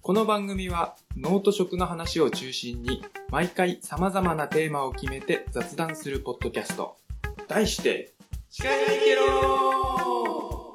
この番組は脳と食の話を中心に毎回様々なテーマを決めて雑談するポッドキャスト。題して、司会がいけろ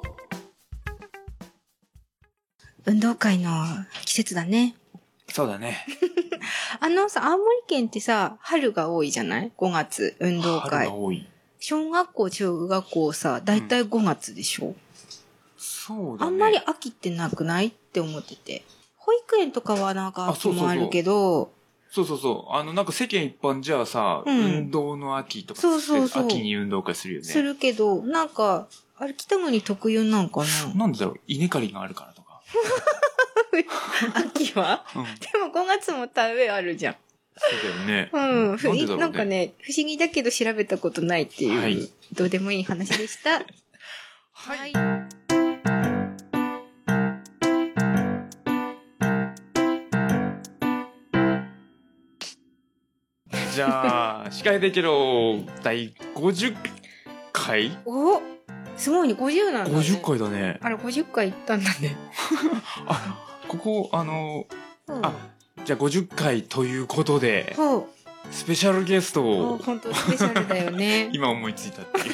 ー！運動会の季節だね。 そうだね。 青森県ってさ、春が多いじゃない？ 5 月、運動会。 春が多い。 小学校、中学校さ、だいたい5月でしょ？ そうだね。 あんまり秋ってなくないって思ってて。保育園とかはなんか秋もあるけど、 そうそうそう。なんか世間一般じゃあさ、運動の秋とかそうそうそう。 秋に運動会するよね。 するけど、なんか、あれ北国特有なんかな？ なんでだろう、稲刈りがあるからとか。 秋は、でも5月も田植えあるじゃん。 そうだよね。 なんかね、不思議だけど調べたことないっていう、はい、どうでもいい話でした。はい。 じゃあ、司会できる第50回？ お、すごいね、50なんだね。 50回だね。 あれ、50回行ったんだね。 ここ、じゃあ50回ということで、スペシャルゲストを。 本当スペシャルだよね。 今思いついたっていう。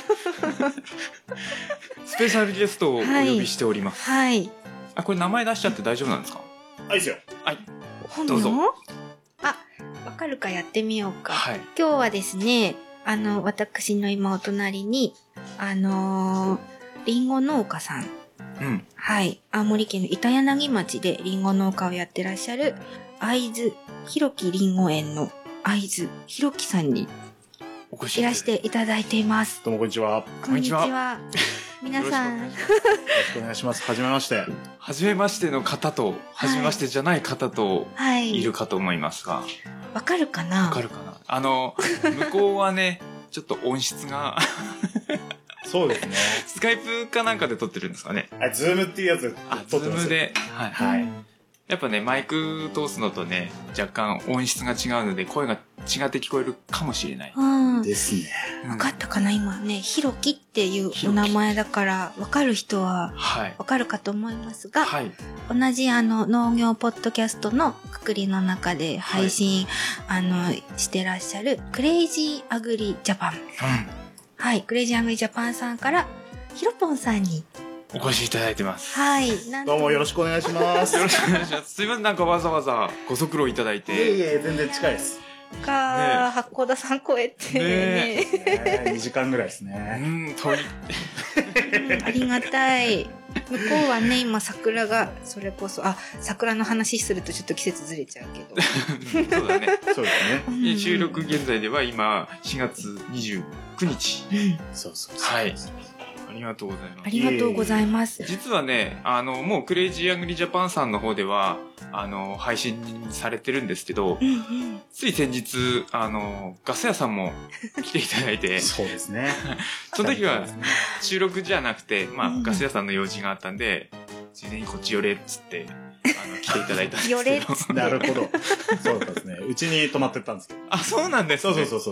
スペシャルゲストをお呼びしております。 はい。 これ名前出しちゃって大丈夫なんですか？ いいですよ。 はい。 どうぞ。わかるかやってみようか。 はい。 今日はですね、私の今お隣に、リンゴ農家さん。 うん。 はい。青森県の板柳町でリンゴ農家をやってらっしゃる、会津弘樹りんご園の会津弘樹さんにいらしていただいています。 どうもこんにちは。 こんにちは。皆さん。よろしくお願いします。はじめまして。 はじめましての方と、はじめましてじゃない方と、いるかと思いますが。 わかるかな？ わかるかな？向こうはね、ちょっと音質が。 そうですね。 スカイプかなんかで撮ってるんですかね。 ズームっていうやつで撮ってます。 ズームで。はい。はい。やっぱね、マイク通すのとね、若干音質が違うので、声が違って聞こえるかもしれない。 ですね。 わかったかな？今ね、ひろきっていうお名前だから、わかる人は、わかるかと思いますが、 はい、 同じ農業ポッドキャストのくくりの中で配信、してらっしゃる、クレイジーアグリジャパン。はい、クレイジーアグリジャパンさんから、ひろぽんさんに、 お越しいただいてます。 はい。 どうもよろしくお願いします。 よろしくお願いします。すいません、なんかわざわざご足労いただいて。 いえ、全然近いです。 八甲田さん超えてね。 2時間ぐらいですね。 遠い。 ありがたい。向こうはね、今桜が、それこそ、桜の話するとちょっと季節ずれちゃうけど。そうだね。 そうですね。収録現在では今、4月29日。 そうそう。 はい。ありがとうございます。 ありがとうございます。 実はね、もうクレイジーアグリジャパンさんの方では、配信されてるんですけど、つい先日、ガス屋さんも来ていただいて、 そうですね。 その時は収録じゃなくて、ガス屋さんの用事があったんで、ついでにこっち寄れっつって、来ていただいたんですけど。 寄れっつって。 なるほど。そうだったですね。うちに泊まってったんですけど。 そうなんですね。 そう。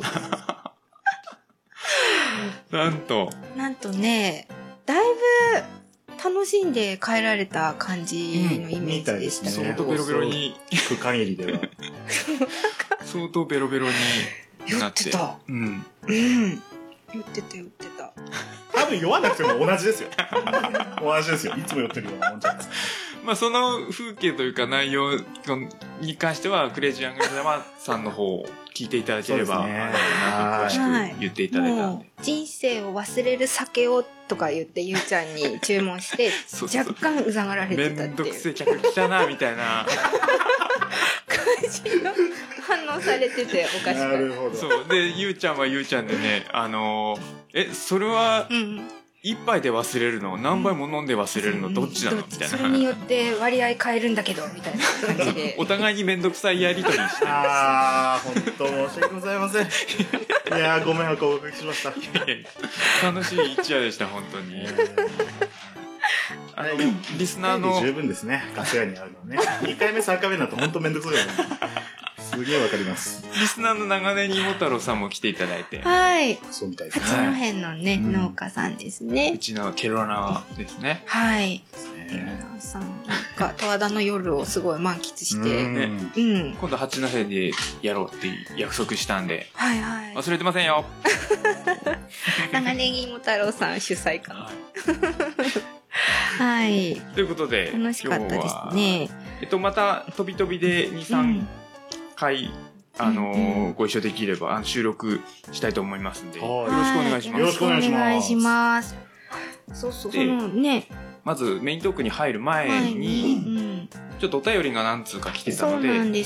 なんとね、だいぶ楽しんで帰られた感じのイメージでしたね。 相当ベロベロに。 聞く限りでは。 相当ベロベロになって。 言ってた。言ってた。 多分酔わなくても同じですよ。同じですよ。いつも酔ってるようなもんじゃないですか。 その風景というか内容に関しては、クレイジーアングリジャパンさんの方を聞いていただければ、詳しく言っていただいたんで。 人生を忘れる酒をとか言って、ゆうちゃんに注文して、若干うざがられてたっていう。 めんどくせえ客来たな、みたいな。 感じの反応されてておかしかった。 なるほど。 そう。で、ゆうちゃんはゆうちゃんでね、それは、一杯で忘れるの？何杯も飲んで忘れるの？どっちなの？みたいな。 それによって割合変えるんだけど、みたいな感じで。 お互いにめんどくさいやりとりして。 本当申し訳ございません。いやご迷惑をおかけしました。 楽しい一夜でした、本当に。リスナーの。 十分ですね。ガス屋に会うのね。2回目、3回目になると本当めんどくさいよね。すげえわかります。 リスナーの長根にも太郎さんも来ていただいて。 はい。 そうみたいです。 八戸のね、農家さんですね。 うちのケロナですね。 はい。 ね。 寺田さんが十和田の夜をすごい満喫して、 うん今度八戸でやろうって約束したんで、 はいはい。 忘れてませんよ。 長ネギも太郎さん主催かな。はい。 ということで、 楽しかったですね。 また、飛び飛びで2、3回、ご一緒できれば、収録したいと思いますんで、よろしくお願いします。 よろしくお願いします。 お願いします。そうそう、そのね。 まず、メイントークに入る前に、ちょっとお便りが何通か来てたので、 そうなんです。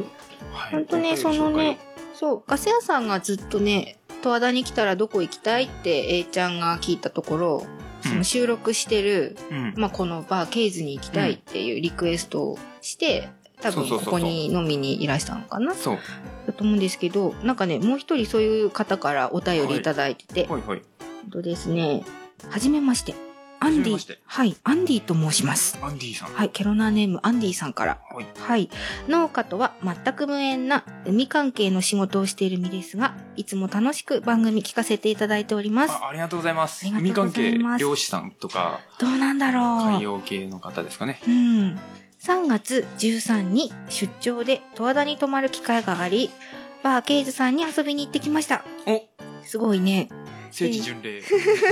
本当ね、そのね、そう、ガス屋さんがずっとね、十和田に来たらどこ行きたいって A ちゃんが聞いたところ、その収録してる、まあこのバーケイズに行きたいっていうリクエストをして、多分ここに飲みにいらしたのかなそう。だと思うんですけど、なんかね、もう一人そういう方からお便りいただいてて、はいはい。とですね、はじめまして。アンディ、はい、アンディと申します。 アンディさん。 はい、ケロナーネームアンディさんから。はい。はい。農家とは全く無縁な海関係の仕事をしている身ですが、いつも楽しく番組聞かせていただいております。 ありがとうございます。海関係、漁師さんとか。 どうなんだろう。 海洋系の方ですかね。 うん。3月13に出張で十和田に泊まる機会があり、バーケイズさんに遊びに行ってきました。お、すごいね。 聖地巡礼。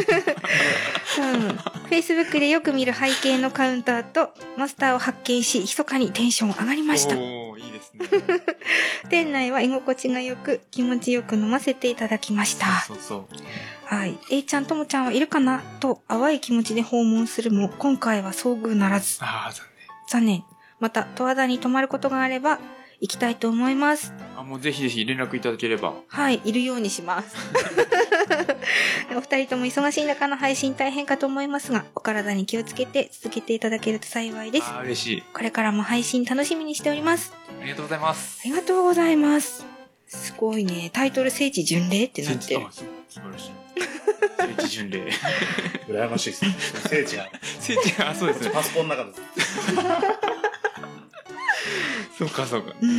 Facebook でよく見る背景のカウンターとマスターを発見し、密かにテンション上がりました。 おー、いいですね。 店内は居心地が良く、気持ちよく飲ませていただきました。 そうそう。 はい。A ちゃんともちゃんはいるかなと淡い気持ちで訪問するも、今回は遭遇ならず。 ああ、残念。 残念。また、十和田に泊まることがあれば、行きたいと思います。 もうぜひぜひ連絡いただければ。 はい、いるようにします。お二人とも忙しい中の配信大変かと思いますが、お体に気をつけて続けていただけると幸いです。 あ、嬉しい。 これからも配信楽しみにしております。 ありがとうございます。 ありがとうございます。すごいね。タイトル聖地巡礼ってなってる。 素晴らしい。聖地巡礼。 羨ましいですね。聖地が。 聖地が、そうですね。 パソコンの中です。 そうかそうか。 うん。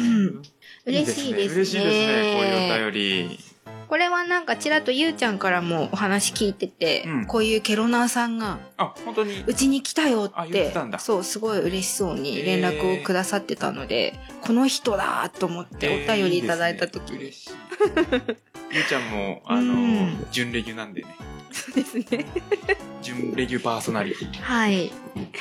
嬉しいですね。 嬉しいですね。こういうお便り。 これはなんかちらっとゆうちゃんからもお話聞いてて、こういうケロナーさんが、 本当にうちに来たよって、そう、すごい嬉しそうに連絡をくださってたので、この人だと思ってお便りいただいたとき。 嬉しい。ゆうちゃんも、準レギュなんでね。 そうですね。 準レギュパーソナリティ。 はい。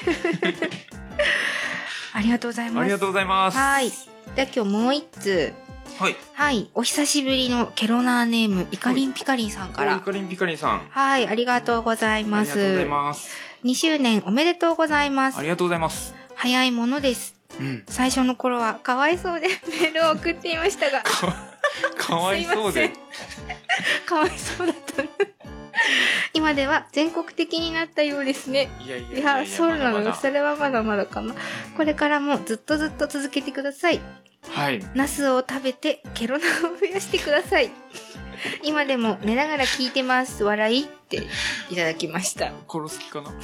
ありがとうございます。 ありがとうございます。 はい。じゃあ今日もう一通。 はい。 はい。お久しぶりのケロナーネーム、イカリンピカリンさんから。 イカリンピカリンさん。 はい。ありがとうございます。 ありがとうございます。 2周年おめでとうございます。 ありがとうございます。 早いものです。うん。最初の頃はかわいそうでメールを送っていましたが。 かわいそうで。 かわいそうだったね。今では全国的になったようですね。いや、そうなのよ。それはまだまだかな。これからもずっとずっと続けてください。 はい。 ナスを食べてケロナを増やしてください。今でも寝ながら聞いてます。笑いっていただきました。 殺す気かな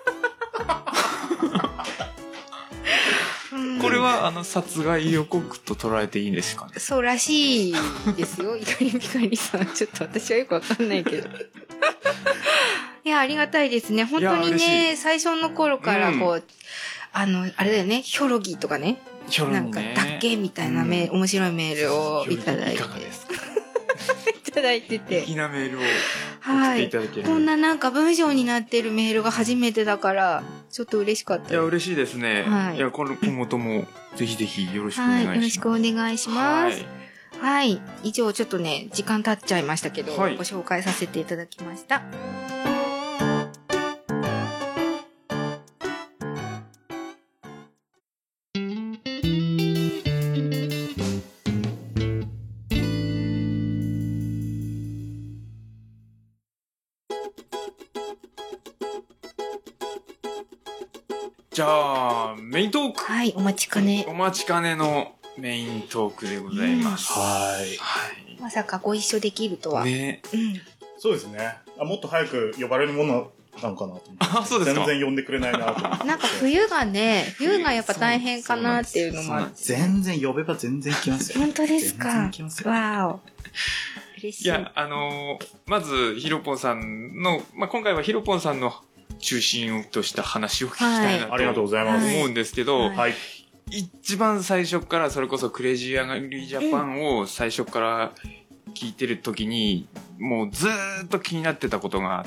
これは殺害予告と捉えていいんですかね。 そうらしいですよ。イカリピカリさん。ちょっと私はよくわかんないけど。いや、ありがたいですね。本当にね、最初の頃からこう、あれだよね、ヒョロギーとかね。なんか、だっけみたいな面白いメールをいただいて。いかがですかいただいてて。 素敵なメールを送っていただける。 こんななんか文章になってるメールが初めてだから、ちょっと嬉しかった。 いや、嬉しいですね。はい。いや、今後とも、ぜひぜひよろしくお願いします。はい、 よろしくお願いします。はい。以上、ちょっとね、時間経っちゃいましたけど、ご紹介させていただきました。 じゃあ、メイントーク。 はい、お待ちかね。 お待ちかねのメイントークでございます。 はい。 まさかご一緒できるとは。 ね。 そうですね。もっと早く呼ばれるものなのかなと思って。 あ、そうですか。 全然呼んでくれないなと思って。 なんか冬がやっぱ大変かなっていうのもあって。 全然呼べば全然来ますよ。 本当ですか。 全然来ますよ。 わお。嬉しい。 いや、まず、ヒロポンさんの、今回はヒロポンさんの中心とした話を聞きたいなと、 ありがとうございます。 思うんですけど、 はい。 一番最初からそれこそクレイジーアグリージャパンを最初から聞いてる時に、もうずーっと気になってたことがあって、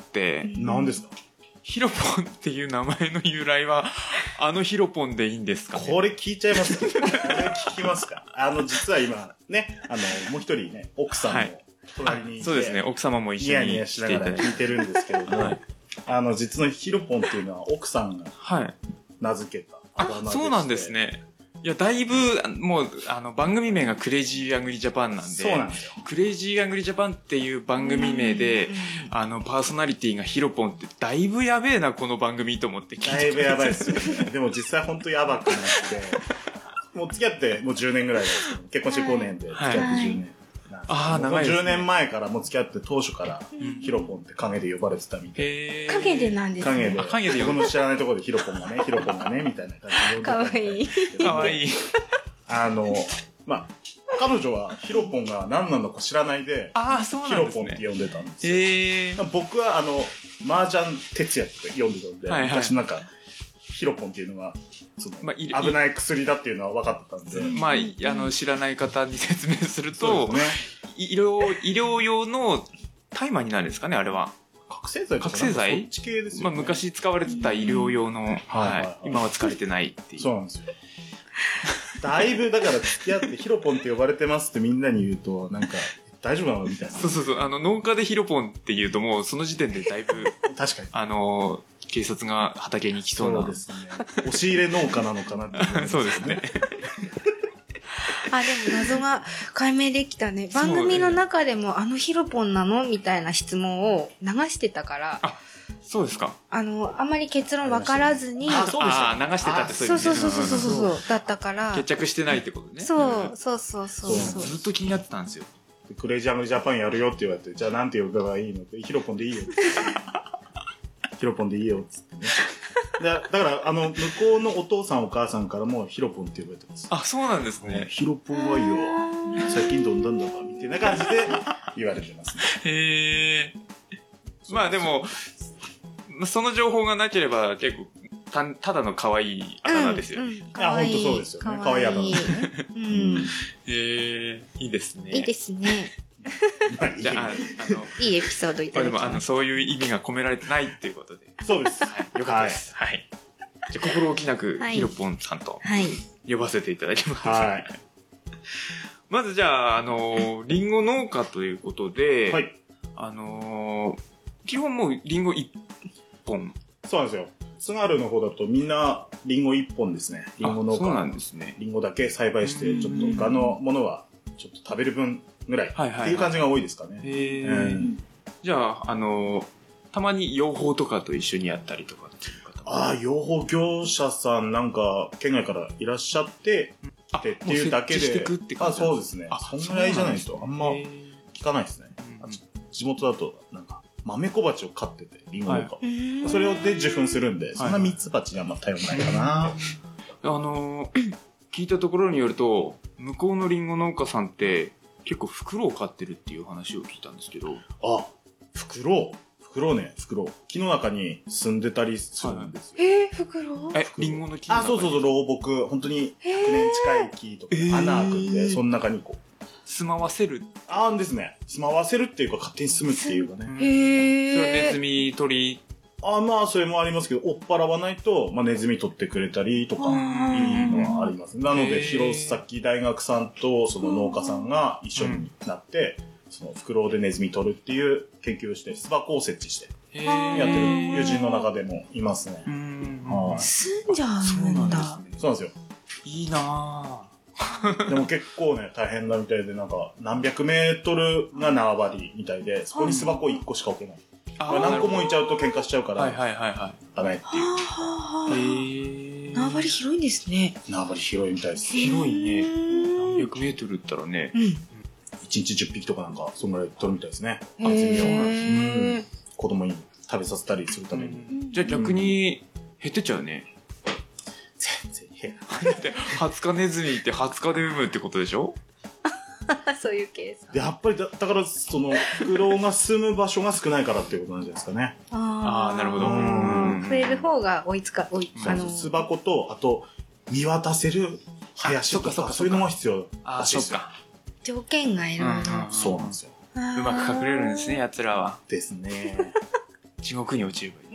何ですか？ ヒロポンっていう名前の由来は、ヒロポンでいいんですかね？ これ聞いちゃいますか？これ聞きますか？実は今、ね、もう一人ね、奥さんも隣にいて、 そうですね、奥様も一緒にニヤニヤしながら聞いてるんですけども、はい、実のヒロポンっていうのは奥さんが名付けたあだ名でして、 そうなんですね。いや、だいぶ、もう、番組名がクレイジーアグリジャパンなんで、 そうなんですよ。 クレイジーアグリジャパンっていう番組名で、パーソナリティがヒロポンって、だいぶやべえな、この番組と思って聞いてだいぶやばいですよね。でも実際本当やばくなって、もう付き合ってもう10年ぐらいですけど、結婚して5年で付き合って10年。 ああ、長いですね。 10年前からもう付き合って当初からヒロポンって影で呼ばれてたみたいな。 影でなんですね。 影で僕の知らないところでヒロポンがね、みたいな感じで呼んでたんですけど。 かわいい。 かわいい。 彼女はヒロポンが何なのか知らないで、ヒロポンって呼んでたんですよ。僕は麻雀哲也って呼んでたんで、昔なんか、ヒロポンっていうのが、危ない薬だっていうのは分かってたんで。知らない方に説明すると、医療用の大麻になるんですかね、あれは。 覚醒剤とか覚醒剤？ そっち系ですよね。 昔使われてた医療用の、今は使われてないっていう。 そうなんですよ。だいぶだから付き合ってヒロポンって呼ばれてますってみんなに言うと、なんか、大丈夫なのみたいな。 そう。農家でヒロポンって言うともうその時点でだいぶ、 確かに。 警察が畑に来そうな。 そうですね。押し入れ農家なのかなって、 そうですね。 でも謎が解明できたね。番組の中でもヒロポンなのみたいな質問を流してたから。 そうですか。 あんまり結論分からずに。 そうでした。流してたってそう。だったから。 決着してないってことね。 そう。ずっと気になってたんですよ。 クレイジーアグリジャパンやるよって言われて、じゃあなんて呼べばいいのって、ヒロポンでいいよって。ヒロポンでいいよっつってね。だから向こうのお父さんお母さんからもヒロポンって呼ばれてます。 そうなんですね。 ヒロポンはいいよ。最近どんなんだかみたいな感じで言われてますね。 へー。でも、その情報がなければ結構ただの可愛いあだ名ですよね。 本当そうですよね。可愛いあだ名ですね。 いいですね。 いいですね。 じゃあ、 いいエピソードいただきまでもそういう意味が込められてないっていうことで。 そうです。 よかったです。はい。じゃあ、心置きなく、ヒロポンさんと、呼ばせていただきます。はい。まずじゃあ、リンゴ農家ということで、基本もうリンゴ1本。 そうなんですよ。津軽の方だとみんなリンゴ1本ですね。リンゴ農家。 そうなんですね。 リンゴだけ栽培して、ちょっと他のものはちょっと食べる分ぐらいっていう感じが多いですかね。 じゃあ、たまに養蜂とかと一緒にやったりとかっていう方養蜂業者さんなんか県外からいらっしゃってっていうだけで。そうですね。そんぐらいじゃないとあんま聞かないですね。地元だとなんか豆小鉢を飼ってて、リンゴ農家。それをで受粉するんで、そんな蜜蜂にはあんま頼らないかな。 聞いたところによると、向こうのリンゴ農家さんって結構フクロウを飼ってるっていう話を聞いたんですけど。 フクロウ。木の中に住んでたりするんですよ。 フクロウ？ リンゴの木の中に。 そう、老木。本当に100年近い木とか、穴開くんで、その中にこう。 住まわせるですね。住まわせるっていうか、勝手に住むっていうかね。 それはネズミ、鳥。 それもありますけど、追っ払わないと、ネズミ取ってくれたりとか、いいのはあります。なので、弘前大学さんと、その農家さんが一緒になって、その、フクロウでネズミ取るっていう研究をして、巣箱を設置して、やってる友人の中でもいますね。 住んじゃうんだ。 そうなんですよ。 いいなぁ。 でも結構ね、大変だみたいで、なんか、何百メートルが縄張りみたいで、そこに巣箱1個しか置けない。何個も置いちゃうと喧嘩しちゃうから、ダメっていう。縄張り広いんですね。 縄張り広いみたいです。 広いね。何百メートルったらね。1 日10匹とかなんか、そんぐらい取るみたいですね。集めよう。子供に食べさせたりするために。 じゃあ逆に、減ってっちゃうね。 全然減らない。20日ネズミって20日で産むってことでしょ？ そういうケース。 やっぱりだから、フクロウが住む場所が少ないからっていうことなんじゃないですかね。 なるほど。 増える方が追いつか、 巣箱と、あと、見渡せる林とか、そういうのも必要らしいですよ。 条件がいろいろ。 そうなんですよ。 うまく隠れるんですね、奴らは。 ですね。 地獄に落ちればいい。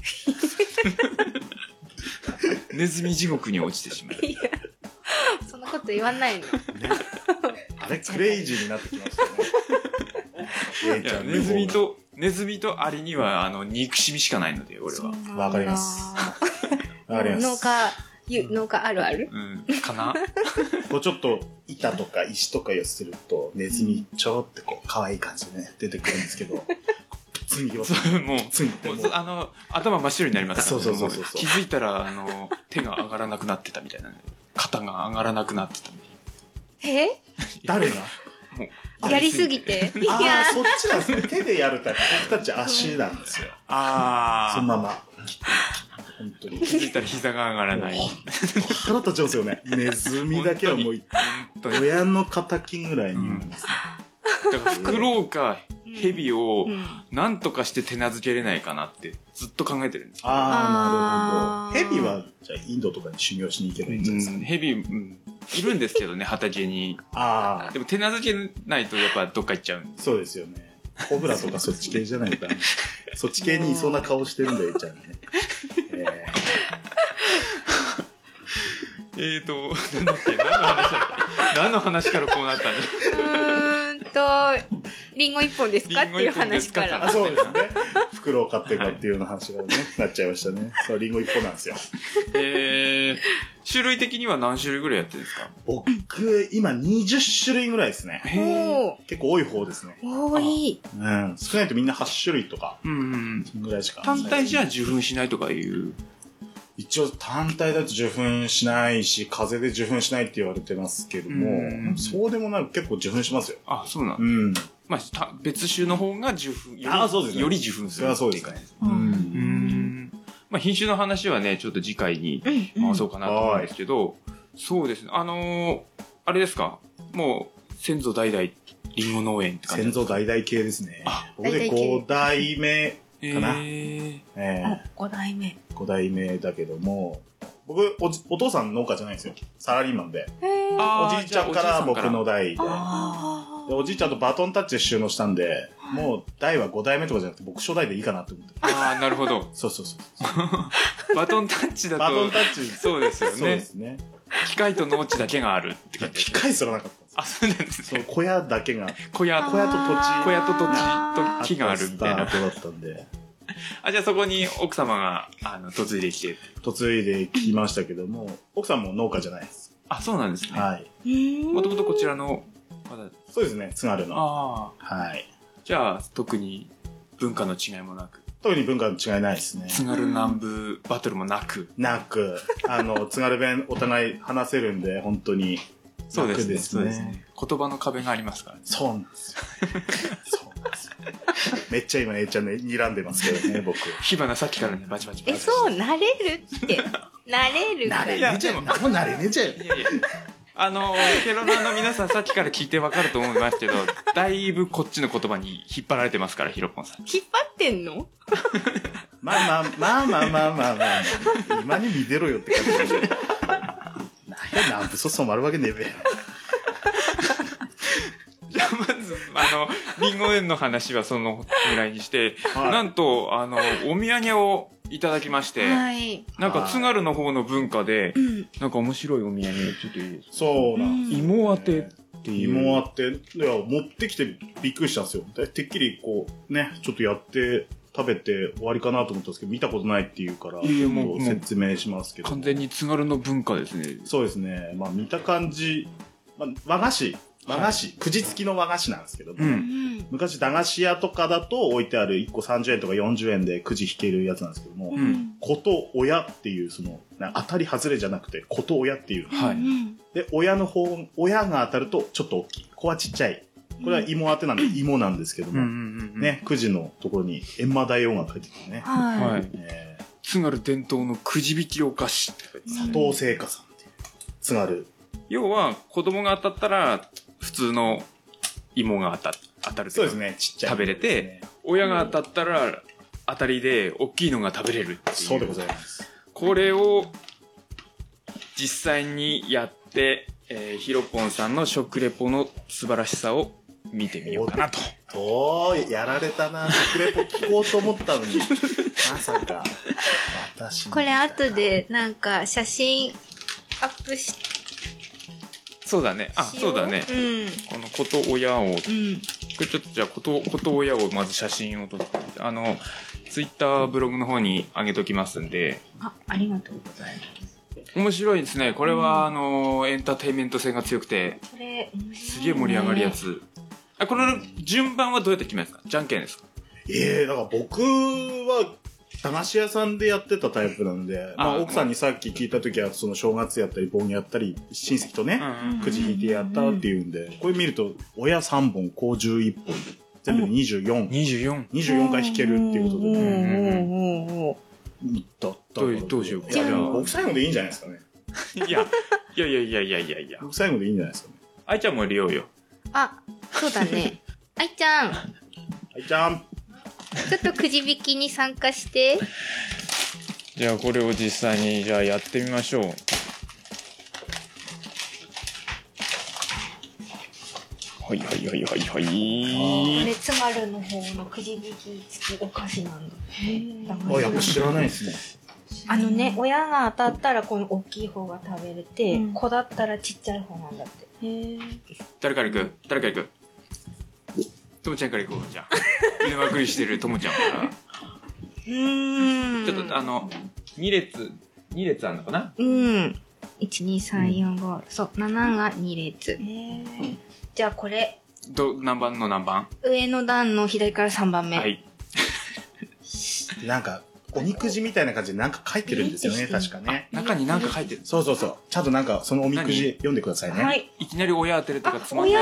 ネズミ地獄に落ちてしまう。 そんなこと言わないの。 あれ、クレイジーになってきましたね。 いや、ネズミとアリには、憎しみしかないので、俺は。 わかります。わかります。 農家あるある？ うん、かなこうちょっと板とか石とか寄せると、ネズミちょろってこう、可愛い感じでね、出てくるんですけど、つんぎもう、頭真っ白になりますから、 そう。 気づいたら、手が上がらなくなってたみたいな、ね。肩が上がらなくなってたみたいな。 誰がやりすぎて。 そっちなんですね。手でやるタイプ。僕たち足なんですよ。 そのまま。本当に。 気づいたら膝が上がらない。 腹立ちますよね。ネズミだけはもう、親の敵ぐらいに言うんですね。 だから、フクロウかヘビを、なんとかして手なずけれないかなって、ずっと考えてるんですよ。 なるほど。ヘビは、じゃあ、インドとかに修行しに行けばいいんじゃないですかね。 ヘビ、いるんですけどね、畑に。でも手なずけないと、やっぱどっか行っちゃうんで。 そうですよね。コブラとかそっち系じゃないかな。そっち系にいそうな顔してるんだよ、ちゃんね。 なんだっけ、何の話からこうなったの？ リンゴ一本ですかっていう話から。 そうですね。袋を買ってかっていうような話がね、なっちゃいましたね。そう、リンゴ一本なんですよ。 種類的には何種類ぐらいやってるんですか？ 僕、今20種類ぐらいですね。結構多い方ですね。 多い。 少ないとみんな8種類とか。ぐらいしか。 単体じゃ受粉しないとかいう。 一応単体だと受粉しないし、風で受粉しないって言われてますけども、そうでもなく結構受粉しますよ。 あ、そうなん。まあ、別種の方が受粉、より受粉するっていう感じです。まあ、品種の話はね、ちょっと次回に回そうかなと思うんですけど、そうですね。あれですか？もう、先祖代々、リンゴ農園って感じですか？ 先祖代々系ですね。僕で5代目かな。 5代目。 5代目だけども、僕、お父さん農家じゃないんですよ。サラリーマンで。おじいちゃんから僕の代で。おじいちゃんとバトンタッチで収納したんで、もう代は5代目とかじゃなくて僕初代でいいかなって思って。 なるほど。 そう。 バトンタッチだと。 バトンタッチ。 そうですよね。 そうですね。 機械と農地だけがあるって感じ。 機械すらなかったんです。 そうなんですね。 小屋だけが。 小屋と土地と木があるみたいな。 スタートだったんで。 じゃあそこに奥様が、嫁いできて。 嫁いできましたけども、奥さんも農家じゃないです。 そうなんですね。 はい。 もともとこちらの、 そうですね、津軽の。 はい。じゃあ、特に文化の違いもなく。 特に文化の違いないですね。 津軽南部バトルもなく。 津軽弁お互い話せるんで、本当に。 そうですね。言葉の壁がありますからね。 そうなんですよ。めっちゃ今、ちゃんね、睨んでますけどね、僕。 火花さっきからね、バチバチ。 そう、慣れるって。慣れるから。 慣れねちゃう。もう慣れねちゃう。 ケロナーの皆さんさっきから聞いてわかると思いますけど、だいぶこっちの言葉に引っ張られてますから、ヒロポンさん。 引っ張ってんの？ まあ。今に見てろよって感じで。なんでそ丸わけねえべ。 じゃあまず、リンゴ園の話はそのぐらいにして、なんと、お土産をいただきまして、なんか津軽の方の文化で、なんか面白いお土産ちょっといいですか？ そうなんです。 芋当てっていう。 芋当て、いや、持ってきてびっくりしたんですよ。てっきりこう、ね、ちょっとやって食べて終わりかなと思ったんですけど、見たことないっていうから、説明しますけど。 完全に津軽の文化ですね。 そうですね。まあ見た感じ、和菓子、くじ付きの和菓子なんですけども、昔駄菓子屋とかだと置いてある1個30円とか40円でくじ引けるやつなんですけども、子と親っていうその、当たり外れじゃなくて子と親っていう。で、親が当たるとちょっと大きい。子はちっちゃい。これは芋当てなんで芋なんですけども、ね、くじのところに閻魔大王が書いてるね。 津軽伝統のくじ引きお菓子って書いて佐藤製菓さんっていう。津軽。 要は、子供が当たったら、普通の芋が当たる。 そうですね、ちっちゃい。 食べれて、親が当たったら、 当たりで大きいのが食べれるっていう。 そうでございます。 これを実際にやって、ヒロポンさんの食レポの素晴らしさを見てみようかなと。 やられたな。食レポ聞こうと思ったのに。まさか。 これ後でなんか写真アップし、 そうだね。あ、そうだね。このこと親を、これちょっとじゃあこと親をまず写真を撮って、ツイッターブログの方に上げときますんで。 ありがとうございます。 面白いですね。これは、エンターテインメント性が強くて、すげえ盛り上がるやつ。この順番はどうやって決めるんですか？じゃんけんですか？ だから僕は、駄菓子屋さんでやってたタイプなんで、奥さんにさっき聞いたときは、その正月やったり、盆やったり、親戚とね、くじ引いてやったっていうんで、これ見ると、親3本、子11本、全部で24。24回引けるっていうことでね。 どうしよう。 いや、でも僕最後でいいんじゃないですかね。 いや。 僕最後でいいんじゃないですかね。 愛ちゃんも入れようよ。 そうだね。愛ちゃん。ちょっとくじ引きに参加して。 じゃあこれを実際にじゃあやってみましょう。はい。これつまるの方のくじ引き付きお菓子なんだ。 やっぱ知らないですね。親が当たったらこの大きい方が食べれて、子だったらちっちゃい方なんだって。 誰から行く？ともちゃんから行こう。じゃあ腕まくりしてるともちゃんから。ちょっと2列あるのかな ？1、2、3、4、5。そう、7が2列。じゃあこれ。 何番の何番？ 上の段の左から3番目。 はい。 なんか、おみくじみたいな感じでなんか書いてるんですよね、確かね。 中になんか書いてる。 そう。ちゃんとなんか、そのおみくじ読んでくださいね。 はい。 いきなり親当てるとかつまんない。 親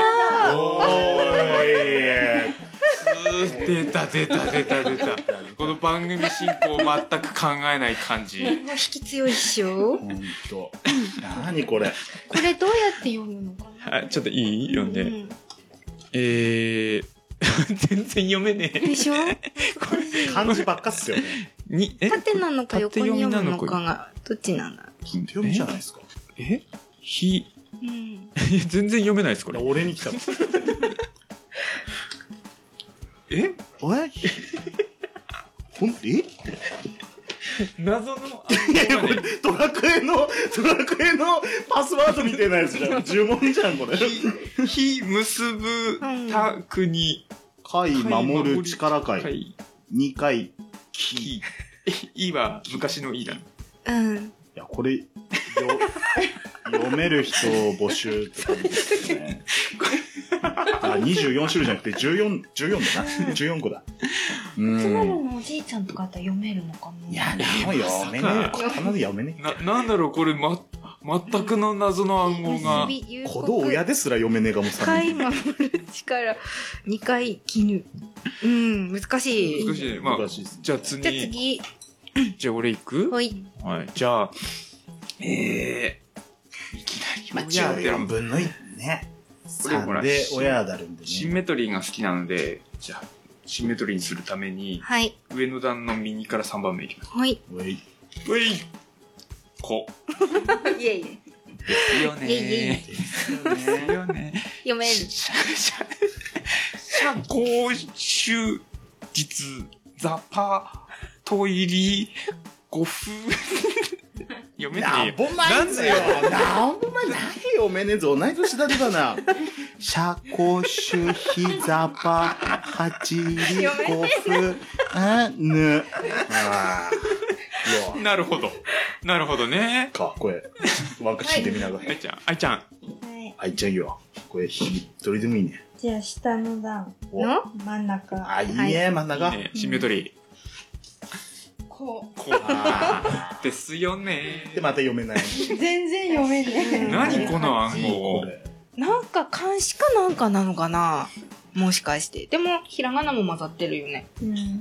出た。この番組進行を全く考えない感じ。 引き強いっしょ。 ほんと。何これ。 これどうやって読むのかな？ ちょっといい？読んで。全然読めねえ。 でしょ？ 漢字ばっかっすよね。 縦なのか横に読むのかが、どっちなんだ？ 縦読みじゃないですか。 全然読めないです、これ。 俺に来たの。 謎のこれドラクエのパスワードみたいなやつじゃん。呪文じゃんこれ。 火結ぶた国回守る力回2回木。いいは昔のいいだ。 いやこれ読める人を募集って感じですね。24種類じゃなくて14だな。14個だ。 つまるのおじいちゃんとかだったら読めるのかな？ いや、読めねえ。必ず読めねえ。 なんだろう、これ、全くの謎の暗号が。 子供親ですら読めねえかもさ。 回守る力、2回絹。難しい。 難しい。難しいです。じゃあ次。じゃあ俺行く？ はい。 じゃあ、いきなり親 14分の1ね。3で親当たるんでね。 シンメトリーが好きなので、じゃあ、シンメトリーにするために、上の段の右から3番目いきます。 はい。 こ。 イエイ。 ですよね。ですよね。 読める。 社交終日、ザパ、トイリ、ごふ。読めないよ。 なんでよ。なんもないよ、おめねえぞ。同い年だってだな。社交種ひざぱ、はちり、ごふ、ぬ。 なるほど。なるほどね。 か、これ。ワンカ聞いてみながら。 愛ちゃん。 愛ちゃんよ。これ、どれでもいいね。 じゃあ、下の段の真ん中。 いいね、真ん中。 シンメトリー。 こう。 ですよね。 で、また読めない。 全然読めねえ。 何この暗号。 なんか漢詩かなんかなのかな、もしかして。でも、ひらがなも混ざってるよね。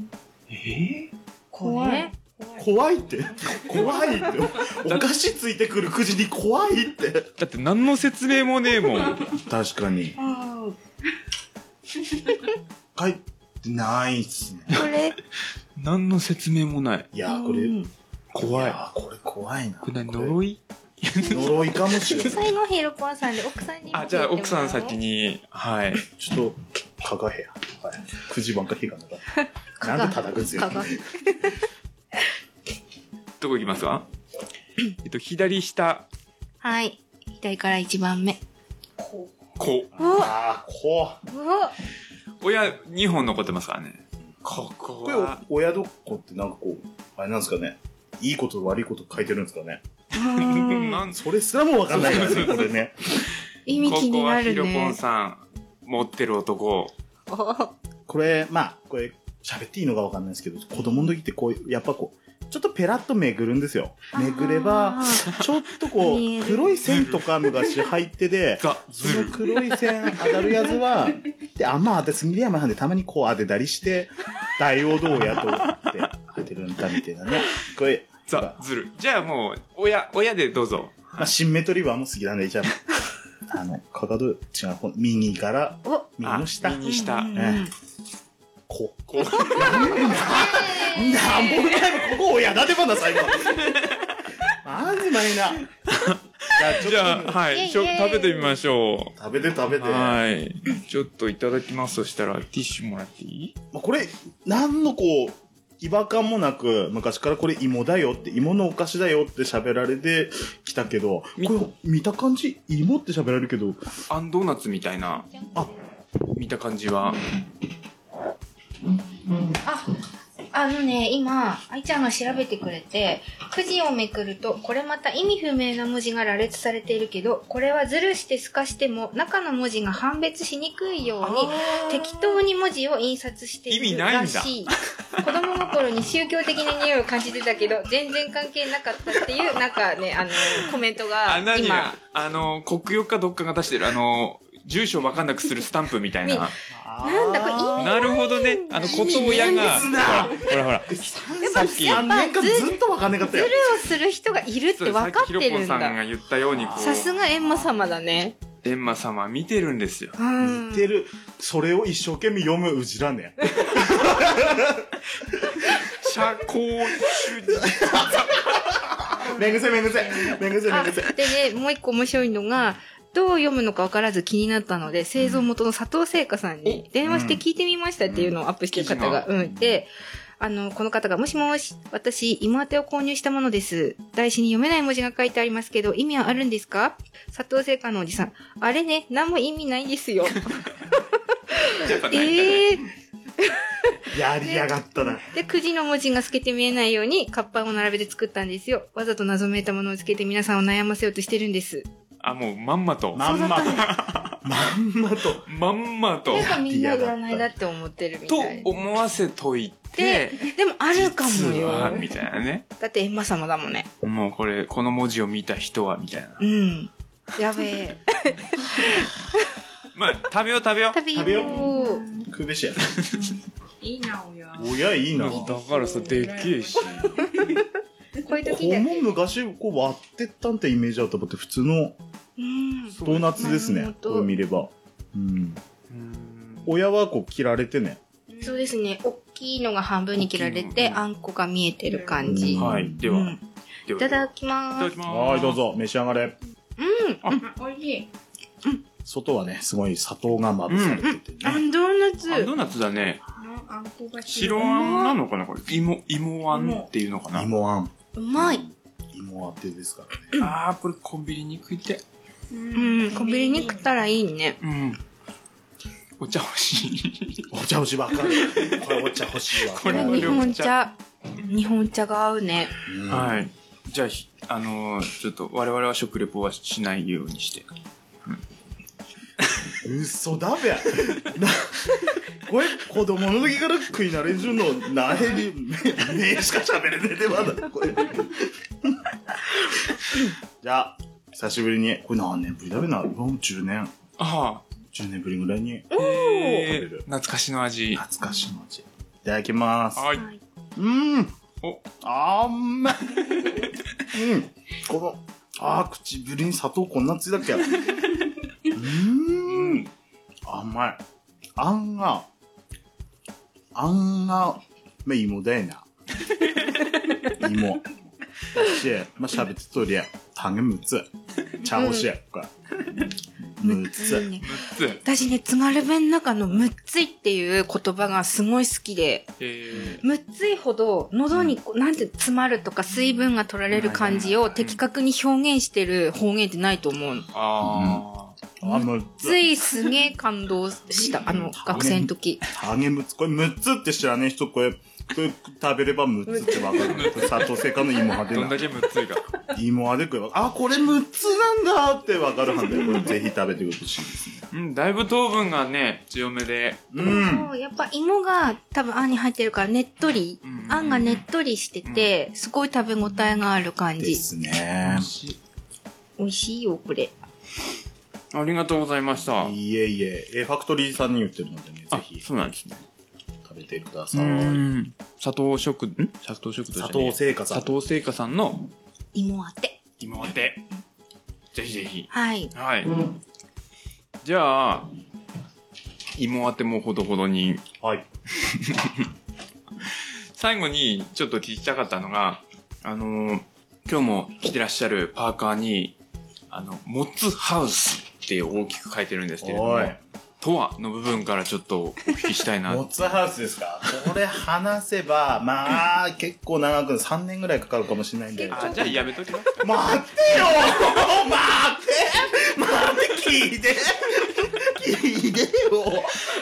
怖い。 怖いって。お菓子ついてくるくじに怖いって。 だって何の説明もねえもん。 確かに。書いてないっすね。 これ、 何の説明もない。 いや、これ、 怖い。 いや、これ怖いな。 これ何呪い呪いかもしれない。 最後ヒロポンさんで奥さんに。 じゃあ奥さん先に、はい。 ちょっと、かがへや。はい。9時番か日がなか。なんで叩くんすよ。 どこ行きますか？左下。 はい。左から1番目。 こ。 ああ、こう。 親2本残ってますからね。ここは。 親どこってなんかこう、あれなんですかね。いいこと悪いこと書いてるんですかね。それすらもわかんないからね、これね。 意味気になるね。 ここはヒロポンさん、持ってる男。 これ、まあ、これ、喋っていいのかわかんないですけど、子供の時ってこう、やっぱこう、ちょっとペラッとめぐるんですよ。めぐれば、ちょっとこう、黒い線とか昔入ってで、その黒い線当たるやつは、で、あんま当てすぎりやまはんでたまにこう当てたりして、ダイオードを雇って当てるんだみたいなね。これ、 ずる。じゃあもう、親でどうぞ。 まあ、シンメトリーはもう好きなんで、じゃあ、かかと、違う、右から、右の下。 右下。 こう。なんぼここ親立てばな、最後。まずまいな。 じゃあ、はい。食べてみましょう。 食べて。 はい。ちょっといただきます。そしたら、ティッシュもらっていい？ これ、なんのこう、違和感もなく、昔からこれ芋だよって、芋のお菓子だよって喋られてきたけど、これ見た感じ、芋って喋られるけど。 あんドーナツみたいな。見た感じは。 今、愛ちゃんが調べてくれて、くじをめくると、これまた意味不明な文字が羅列されているけど、これはずるして透かしても、中の文字が判別しにくいように、適当に文字を印刷しているらしい。子供心に宗教的な匂いを感じてたけど、全然関係なかったっていう、なんかね、コメントが、今。 国用かどっかが出してる、住所わかんなくするスタンプみたいな。 なんだこれ意味なるほどね。こと親が。ほら。 さっき3年間ずっとわかんなかったよ。 ズルをする人がいるって分かってるんだ。 ヒロポンさんが言ったようにこう。 さすが閻魔様だね。 閻魔様見てるんですよ。 見てる。それを一生懸命読むうちらね。 社交主義。 めんぐせ。 でね、もう一個面白いのが、どう読むのか分からず気になったので、製造元の佐藤製菓さんに電話して聞いてみましたっていうのをアップしてる方が、で、この方が、もしもし、私、芋当てを購入したものです。台紙に読めない文字が書いてありますけど、意味はあるんですか？佐藤製菓のおじさん。あれね、何も意味ないですよ。 やりやがったな。 で、くじの文字が透けて見えないように、活版を並べて作ったんですよ。わざと謎めいたものをつけて皆さんを悩ませようとしてるんです。 もうまんまと。 まんまと。 なんかみんな占いだって思ってるみたい。 と思わせといて。 でもあるかもよ。 みたいなね。 だって閻魔様だもんね。 もうこの文字を見た人は、みたいな。 やべえ。 まあ、食べよう。 食うべしや。 いいな、 親いいな。 だからさ、でっけえし。 こういう時だけ。 昔、こう割ってったんってイメージだと思って、普通のドーナツですね。これ見れば。親はこう切られてね。 そうですね。大きいのが半分に切られて、あんこが見えてる感じ。 はい。では。 いただきます。 はい、どうぞ、召し上がれ。 おいしい。 外はね、すごい砂糖がまぶされててね。 ドーナツ。 ドーナツだね。白あんなのかなこれ。芋あんっていうのかな。 芋あん。 うまい。 芋当てですからね。 これコンビニに食いて。 コンビニに食ったらいいね。 お茶欲しい。 お茶欲しいばっかり。これお茶欲しいわ。 これ日本茶が合うね。 はい。じゃあ、ちょっと我々は食レポはしないようにして。 嘘だべ。これ子供の時から食い慣れんじゅうのなへり目しか喋れねえでまだこれ。じゃあ久しぶりにこれ何年ぶりだべな。10年。10年ぶりぐらいに。 懐かしの味。 いただきます。 はい。 あんまい。この唇に砂糖こんなついだっけ。甘い。あんが、 まあ芋だよな。芋。だし、まあ喋ってとりゃ、당연6つ。茶欲しい。これ。6つ。 私ね、津軽弁の中のむっついっていう言葉がすごい好きで、むっついほど喉になんて詰まるとか水分が取られる感じを的確に表現してる方言ってないと思うの。むっついすげえ感動した、学生の時。 당연6つ。これ6つって知らねえ人、これ食べれば6つってわかる。佐藤製菓の芋派で。 どんだけ6ついか。 芋派で食えば、あ、これ6つなんだってわかるはんだよ。これぜひ食べてほしいですね。 うん、だいぶ糖分がね、強めで。 そう、やっぱ芋が多分あんに入ってるからねっとり、あんがねっとりしてて、すごい食べ応えがある感じ。 ですね。 美味しいよ、これ。 ありがとうございました。 いえいえ、ファクトリーさんに言ってるのでね、ぜひ。 そうなんですね。 食べてください。 佐藤食堂佐藤製菓さん。 佐藤製菓さんの芋当て。 芋当て。ぜひぜひ。 はい。 はい。じゃあ、芋当てもほどほどに。 はい。 最後にちょっと聞きたかったのが、今日も着てらっしゃるパーカーに、モッツハウスって大きく書いてるんですけれども、とはの部分からちょっとお聞きしたいな。 モッツハウスですか？これ話せば、まあ、結構長く3年ぐらいかかるかもしれないんで。 じゃあやめときます。 待ってよ待って聞いてよ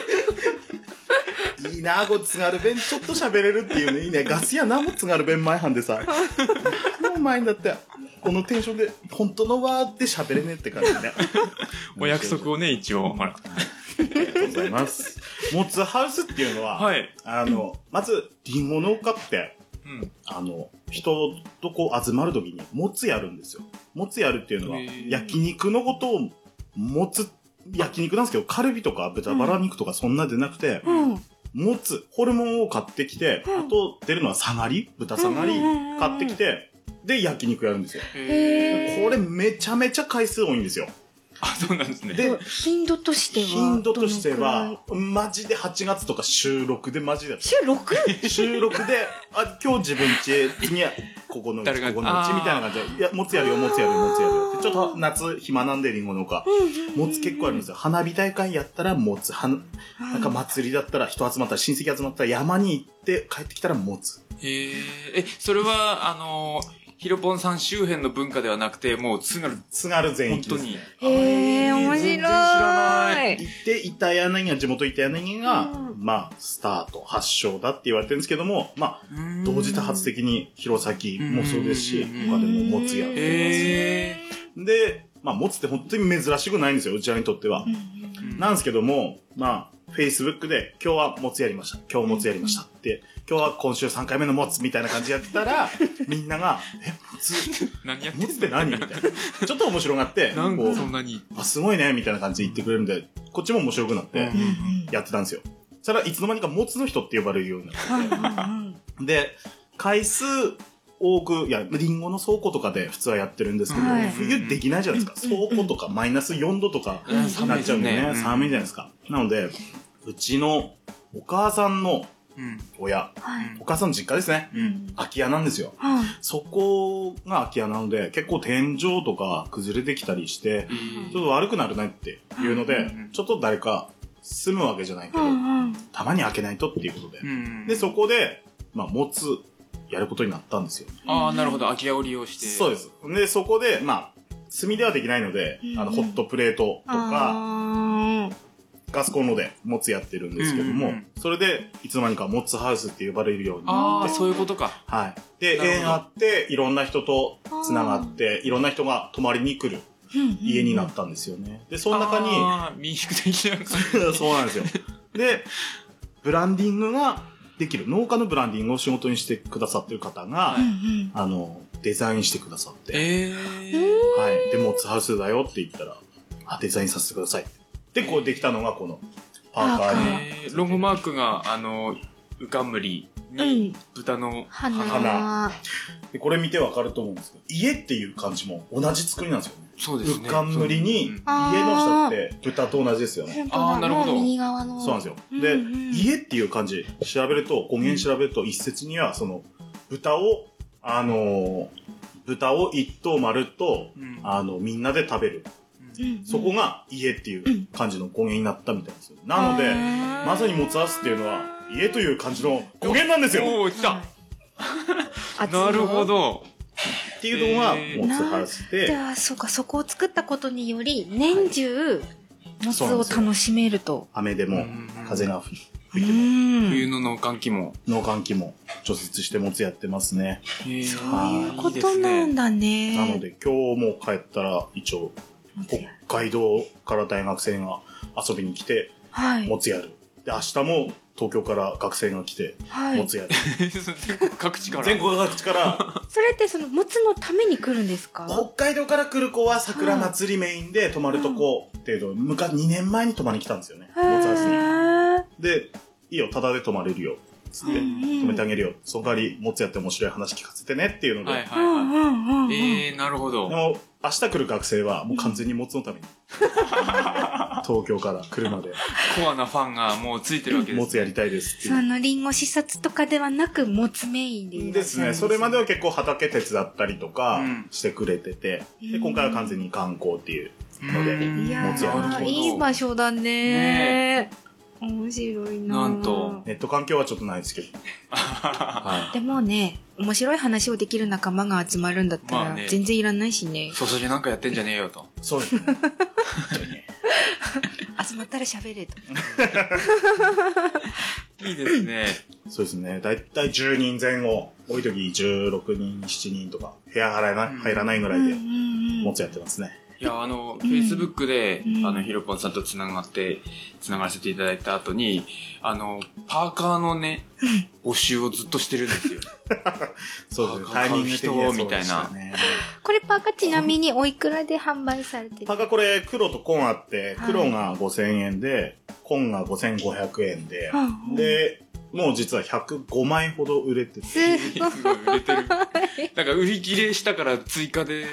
いいな、これ津軽弁ちょっと喋れるっていうね、いいね。ガス屋何も津軽弁前半でさ、もう前にだって、このテンションで、本当のわーって喋れねえって感じね。 お約束をね、一応、ほら。 ありがとうございます。モッツハウスっていうのは、 はい、 まず、リンゴ農家って、人とこう集まるときに、モツやるんですよ。モツやるっていうのは、焼肉のことを、モツ、焼肉なんですけど、カルビとか豚バラ肉とかそんなでなくて、モツ、ホルモンを買ってきて、あと出るのはサガリ、豚サガリ買ってきて、で、焼肉やるんですよ。これめちゃめちゃ回数多いんですよ。 あ、そうなんですね。 で、頻度としては、マジで8月とか週6でマジで。 週 6？ 週6で、今日自分家、次はここのうち、ここのうちみたいな感じで、いや、もつやるよ。ちょっと夏暇なんでリンゴ農家。もつ結構あるんですよ。花火大会やったらもつ。なんか祭りだったら人集まったら、親戚集まったら山に行って帰ってきたらもつ。 それは、ヒロポンさん周辺の文化ではなくて、もう津軽全域です。 本当に。 面白い。全然知らない。 行って、地元板柳が、まあ、スタート、発祥だって言われてるんですけども、まあ、同時多発的に弘前もそうですし、他でももつやってます。で、まあ、もつって本当に珍しくないんですよ、うちらにとっては。なんですけども、まあ、Facebook で、今日はもつやりました。今日もつやりましたって。今日は今週3回目のもつみたいな感じでやってたら、みんなが、もつって何みたいな。ちょっと面白がって、 そんなに。 すごいねみたいな感じで言ってくれるんで、こっちも面白くなって、やってたんですよ。それはいつの間にかもつの人って呼ばれるようになって。で、回数多く、リンゴの倉庫とかで普通はやってるんですけど、冬できないじゃないですか。倉庫とかマイナス4度とかなっちゃうんでね、寒いじゃないですか。なので、うちのお母さんの親、お母さんの実家ですね。空き家なんですよ。そこが空き家なので、結構天井とか崩れてきたりして、ちょっと悪くなるねっていうので、ちょっと誰か住むわけじゃないけど、たまに開けないとっていうことで。で、そこで、まあ、もつ、やることになったんですよ。 ああ、なるほど。空き家を利用して。 そうです。で、そこで、まあ、炭ではできないので、ホットプレートとか、ガスコンロでもつやってるんですけども、それで、いつの間にかもつハウスって呼ばれるようになって。 ああ、そういうことか。 はい。で、縁あって、いろんな人と繋がって、いろんな人が泊まりに来る家になったんですよね。で、その中に、 民宿的な感じ。そうなんですよ。で、ブランディングができる、農家のブランディングを仕事にしてくださってる方が、デザインしてくださって、はい。で、もつハウスだよって言ったら、デザインさせてください。で、こうできたのがこのパーカーに。 ロゴマークが、うかんむりに、豚の花。で、これ見てわかると思うんですけど、家っていう感じも同じ作りなんですよね。 そうですね。 うっかんむりに、家の下って豚と同じですよね。 ああ、なるほど。右側の。 そうなんですよ。で、家っていう漢字調べると、語源調べると、一説には、その、豚を一頭丸と、みんなで食べる。そこが家っていう漢字の語源になったみたいですよ。なので、まさにもつハウスっていうのは、家という漢字の語源なんですよ。 おー、来た。なるほど。 っていうのが、もつハウスで。 じゃあ、そうか、そこを作ったことにより、年中、もつを楽しめると。 雨でも、風が吹いても。 冬の農閑期も。 農閑期も、除雪してもつやってますね。 そういうことなんだね。 なので、今日も帰ったら、一応、北海道から大学生が遊びに来て、もつやる。で、明日も東京から学生が来て、もつやる。 全国各地から。 全国各地から。 それってその、もつのために来るんですか？ 北海道から来る子は桜祭りメインで泊まるとこ程度、2年前に泊まりに来たんですよね。もつハウスに。で、いいよ、タダで泊まれるよ。つって、泊めてあげるよ。その代わり、もつやって面白い話聞かせてねっていうので。 なるほど。 でも、明日来る学生はもう完全にもつのために。東京から車で。 コアなファンがもうついてるわけです。 もつやりたいですっていう。 そのリンゴ視察とかではなく、もつメインでいらっしゃるんですね。 それまでは結構畑手伝ったりとかしてくれてて、で、今回は完全に観光っていうので、もつやる。 いい場所だね。面白いな。 なんと。 ネット環境はちょっとないですけど。 でもね、面白い話をできる仲間が集まるんだったら、全然いらないしね。 そそじなんかやってんじゃねえよと。 そうですね。 集まったら喋れと。 いいですね。 そうですね。だいたい10人前後、多い時16人、7人とか、部屋入らないぐらいで、もつやってますね。 いや、Facebook で、ヒロポンさんとつながらせていただいた後に、パーカーのね、募集をずっとしてるんですよ。 そうですね。タイミング的にみたいな。 これパーカーちなみにおいくらで販売されてる？ パーカーこれ黒と紺あって、黒が5000円で、紺が5500円で、で、もう実は105枚ほど売れてて。 すごい売れてる。なんか売り切れしたから追加で、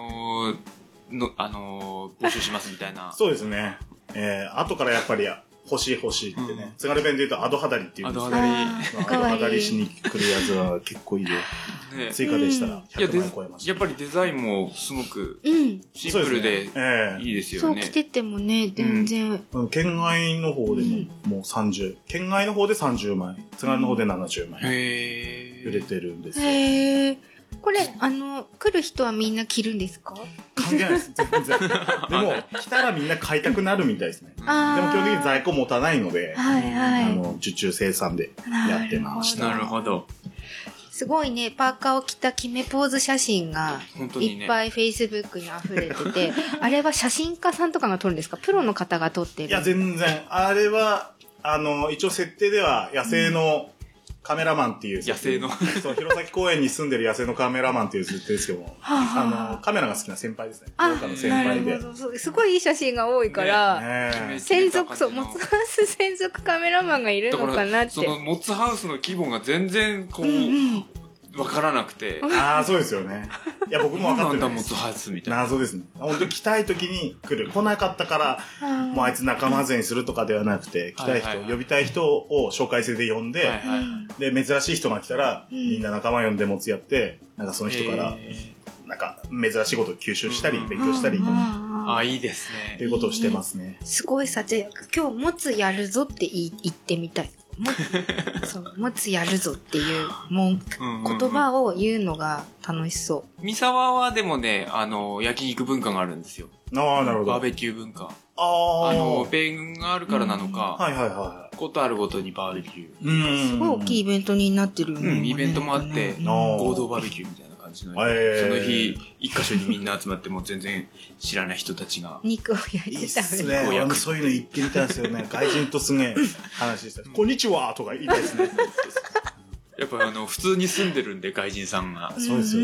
募集しますみたいな。 そうですね。後からやっぱり欲しいってね。津軽弁で言うとアドハダリっていうんですけど。アドハダリしに来るやつは結構いいよ。追加でしたら100万超えました。 やっぱりデザインもすごくシンプルでいいですよね。 そう着ててもね、全然。 県外の方でももう30。県外の方で30枚。津軽の方で70枚。売れてるんですよ。 これ、来る人はみんな着るんですか？ 関係ないです。全然。でも、来たらみんな買いたくなるみたいですね。でも基本的に在庫持たないので、受注生産でやってました。 なるほど。 すごいね、パーカーを着た決めポーズ写真がいっぱい Facebook に溢れてて、あれは写真家さんとかが撮るんですか？プロの方が撮ってる？ いや、全然。あれは、一応設定では野生のカメラマンっていう。 野生のそう、弘前公園に住んでる野生のカメラマンっていう設定ですけども、カメラが好きな先輩ですね。農家の先輩で。 すごいいい写真が多いから、専属、そう、モツハウス専属カメラマンがいるのかなって。 そのモツハウスの規模が全然こう、わからなくて。 ああ、そうですよね。いや、僕も分かってない。 なんだモツハウスみたいな。 謎ですね。本当に来たい時に来る。来なかったから、もうあいつ仲間外れにするとかではなくて、来たい人、呼びたい人を紹介制で呼んで、で、珍しい人が来たら、みんな仲間呼んで持つやって、なんかその人から、なんか珍しいことを吸収したり、勉強したり。 あ、いいですね。 っていうことをしてますね。 すごいさ、じゃあ今日持つやるぞって言ってみたい。持つやるぞっていう言葉を言うのが楽しそう。 三沢はでもね、焼肉文化があるんですよ。 ああ、なるほど。 バーベキュー文化。 ああ。 米軍があるからなのか。 はいはいはい。 ことあるごとにバーベキュー。 すごい大きいイベントになってるよね。 イベントもあって、合同バーベキューみたいな感じの。その日、一箇所にみんな集まっても全然知らない人たちが。 肉を焼いていいっすね。そういうの言ってみたいですよね。外人とすげえ話した。こんにちはとか言いたいですね。 やっぱ普通に住んでるんで、外人さんが。 そうですよ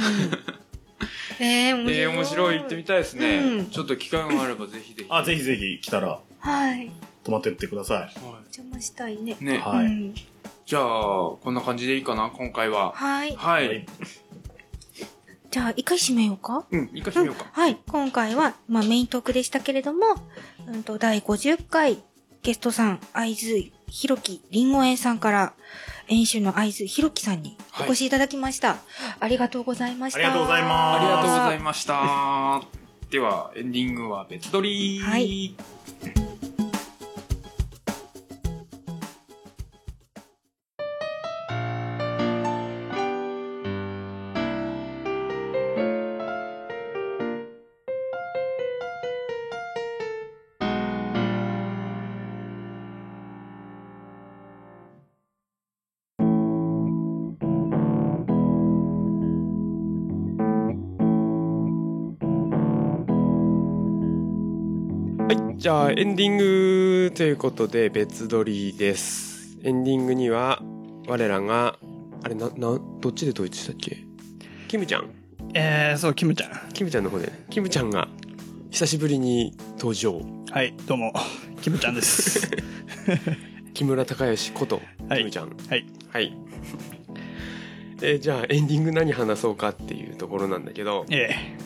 ね。 面白い。行ってみたいですね。ちょっと機会があればぜひぜひ。 ぜひぜひ来たら。 はい。 泊まってってください。 邪魔したいね。 ね。 はい。 じゃあ、こんな感じでいいかな、今回は。 はい。 はい。 じゃあ、一回締めようか。 一回締めようか。 はい。今回は、メイントークでしたけれども、第50回ゲストさん、会津ひろきりんご園さんから、園主の会津ひろきさんにお越しいただきました。ありがとうございました。 ありがとうございます。 ありがとうございました。では、エンディングは別撮り。はい。じゃあエンディングということで別撮りです。エンディングには我らがあれどっちで統一したっけ？キムちゃん。 そうキムちゃんの方でキムちゃんが久しぶりに登場。 はい、どうもキムちゃんです。 木村隆義ことキムちゃん。 はいはい。じゃあエンディング何話そうかっていうところなんだけど、ち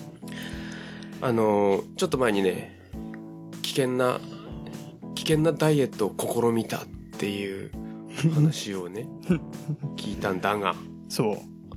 ょっと前にね。危険なダイエットを試みたっていう話をね聞いたんだが、 そう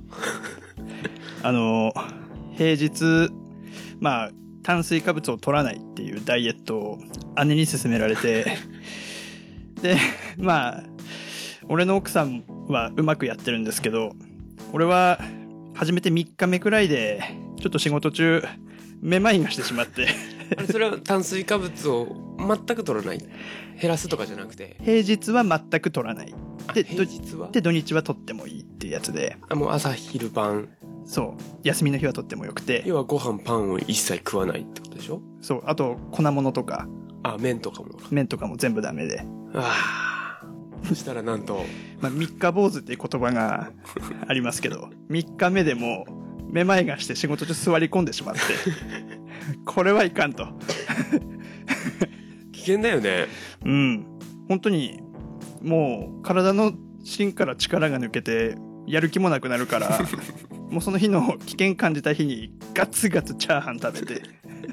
平日炭水化物を取らないっていうダイエットを姉に勧められてで俺の奥さんはうまくやってるんですけど、俺は初めて3日目くらいでちょっと仕事中めまいがしてしまってあれそれは炭水化物を全く取らない、減らすとかじゃなくて平日は全く取らない。 で平日はで土日は取ってもいいっていうやつで、 もう朝昼晩、 そう休みの日は取ってもよくて、 要はご飯パンを一切食わないってことでしょ。 そう、あと粉物とか麺とかも全部ダメで、 そしたらなんと三日坊主っていう言葉がありますけど3日目でもめまいがして仕事中座り込んでしまってこれはいかんと危険だよね。 本当にもう体の芯から力が抜けてやる気もなくなるからもうその日の危険感じた日にガツガツチャーハン食べて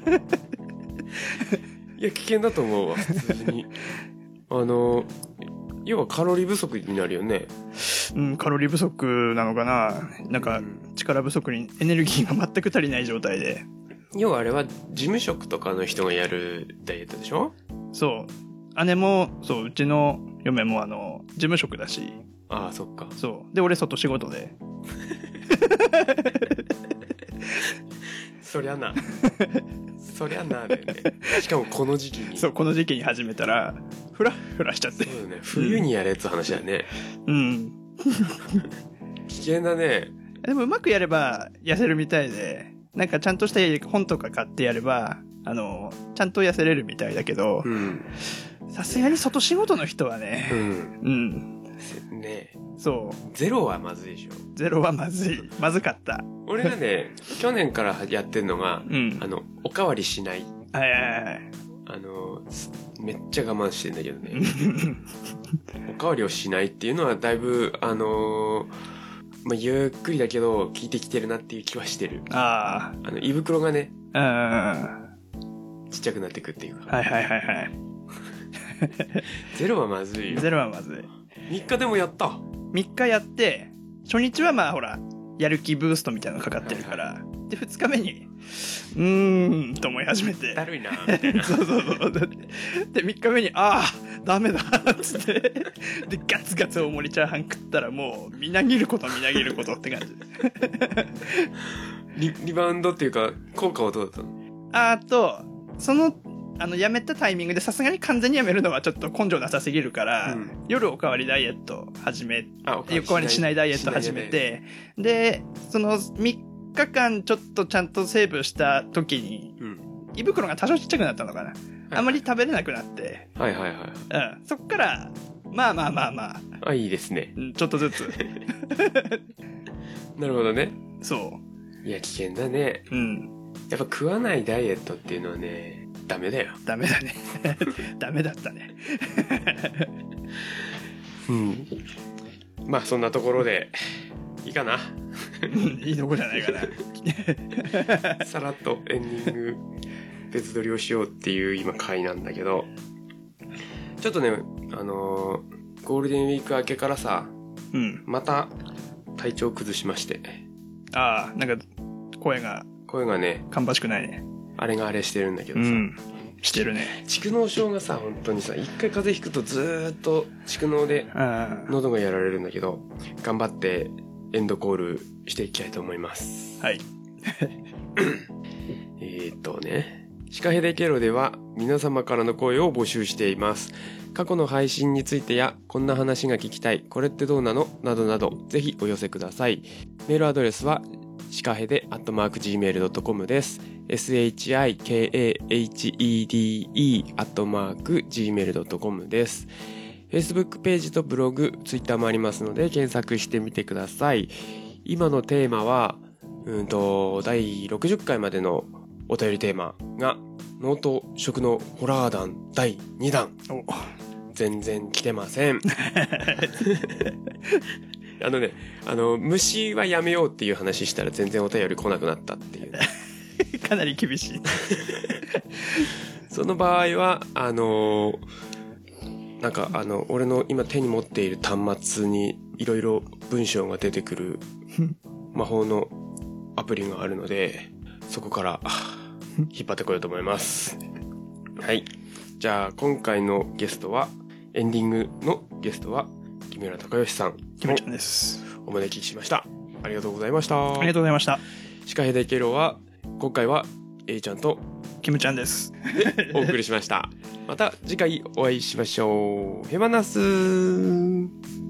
いや危険だと思うわ普通に要はカロリー不足になるよね。 カロリー不足なのかな、なんか力不足にエネルギーが全く足りない状態で、 要はあれは事務職とかの人がやるダイエットでしょ。 そう姉もそううちの嫁も事務職だし。 ああそっか。 そうで俺外仕事でそりゃなだよね。しかもこの時期に。 そうこの時期に始めたらフラフラしちゃって。 そうよね、冬にやれっつ話だよね。危険だね。 でもうまくやれば痩せるみたいで、なんかちゃんとした本とか買ってやればちゃんと痩せれるみたいだけど、さすがに外仕事の人はね、 ね、 そうゼロはまずいでしょ。 ゼロはまずかった。 俺がね去年からやってんのが、おかわりしない。めっちゃ我慢してんだけどねおかわりをしないっていうのはだいぶゆっくりだけど効いてきてるなっていう気はしてる。胃袋がねちっちゃくなってくっていうか。ゼロはまずいよ。 ゼロはまずい。 3日でもやった。 3日やって初日はほらやる気ブーストみたいなのかかってるから、で2日目にと思い始めてだるいなみたいなそうで3日目にダメだっつってでガツガツ大盛りチャーハン食ったらもうみなぎることって感じリバウンドっていうか効果はどうだったの？ そのやめたタイミングでさすがに完全にやめるのはちょっと根性なさすぎるから、夜おかわりダイエットおかわりしないダイエット始めて、でその3日間ちょっとちゃんとセーブした時に、胃袋が多少ちっちゃくなったのかな、あんまり食べれなくなって、そっからまあいいですね、 ちょっとずつなるほどね。 そういや危険だね。やっぱ食わないダイエットっていうのはねダメだよ。 ダメだねダメだったねまあそんなところでいいかな。 いいとこじゃないかな。さらっとエンディング別撮りをしようっていう今回なんだけど、ちょっとね、ゴールデンウィーク明けからさ、また体調崩しまして。 ああ、なんか声がね、芳しくないね。 あれがあれしてるんだけどさ。 してるね。 蓄膿症がさ、本当にさ、一回風邪ひくとずーっと蓄膿で喉がやられるんだけど、頑張ってエンドコールしていきたいと思います。 はい。 シカヘデケロでは皆様からの声を募集しています。過去の配信についてや、こんな話が聞きたい、これってどうなのなどなど、ぜひお寄せください。メールアドレスは、シカヘデ@gmail.com です。shikahede@gmail.com です。Facebook ページとブログ、Twitter もありますので、検索してみてください。今のテーマは、第60回までのお便りテーマが、脳と食のホラー団第2弾。全然来てません。虫はやめようっていう話したら全然お便り来なくなったっていう。 かなり厳しい。 その場合は、俺の今手に持っている端末にいろいろ文章が出てくる魔法のアプリがあるので、そこから引っ張ってこようと思います。はい。じゃあ、今回のゲストは、エンディングのゲストは、木村隆義さん。 木村ちゃんです。 お招きしました。ありがとうございました。 ありがとうございました。 シカヘデケロは、今回は、A ちゃんと、 キムちゃんです。 で、お送りしました。また次回お会いしましょう。ヘマナスー。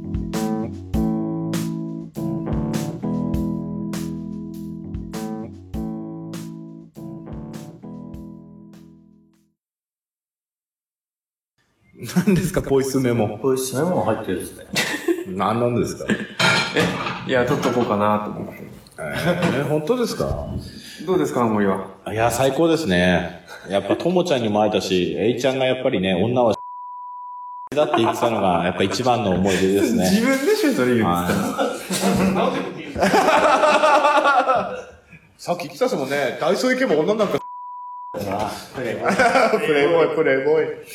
何ですか、ボイスメモ。 ボイスメモ入ってるんですね。 何なんですか？ いや、撮っとこうかなと思って。 本当ですか？ どうですか、森は。 いや、最高ですね。やっぱ、ともちゃんにも会えたし、A ちゃんがやっぱりね、女はだって言ってたのが、やっぱ一番の思い出ですね。 自分でしょ、それ言うんですか。 さっき言ってたもんね、ダイソー行けば女なんかプレイボーイ。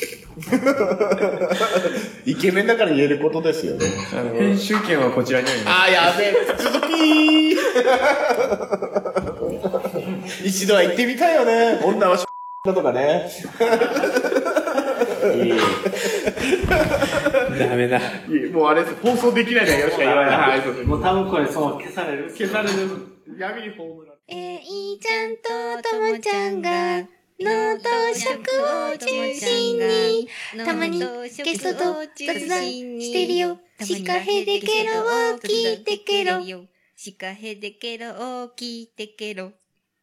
イケメンだから言えることですよね。 編集権はこちらにあります。 やべえ、続き一度は行ってみたいよね。女はだとかね。 ダメだ。 もうあれ放送できないだよしか言わない。 もう多分これ消される。 闇に葬られる。 いいちゃんとともちゃんが脳と食を中心にたまにゲストと雑談してるよ。シカヘデケロを聞いてケロ。シカヘデケロを聞いてケロ。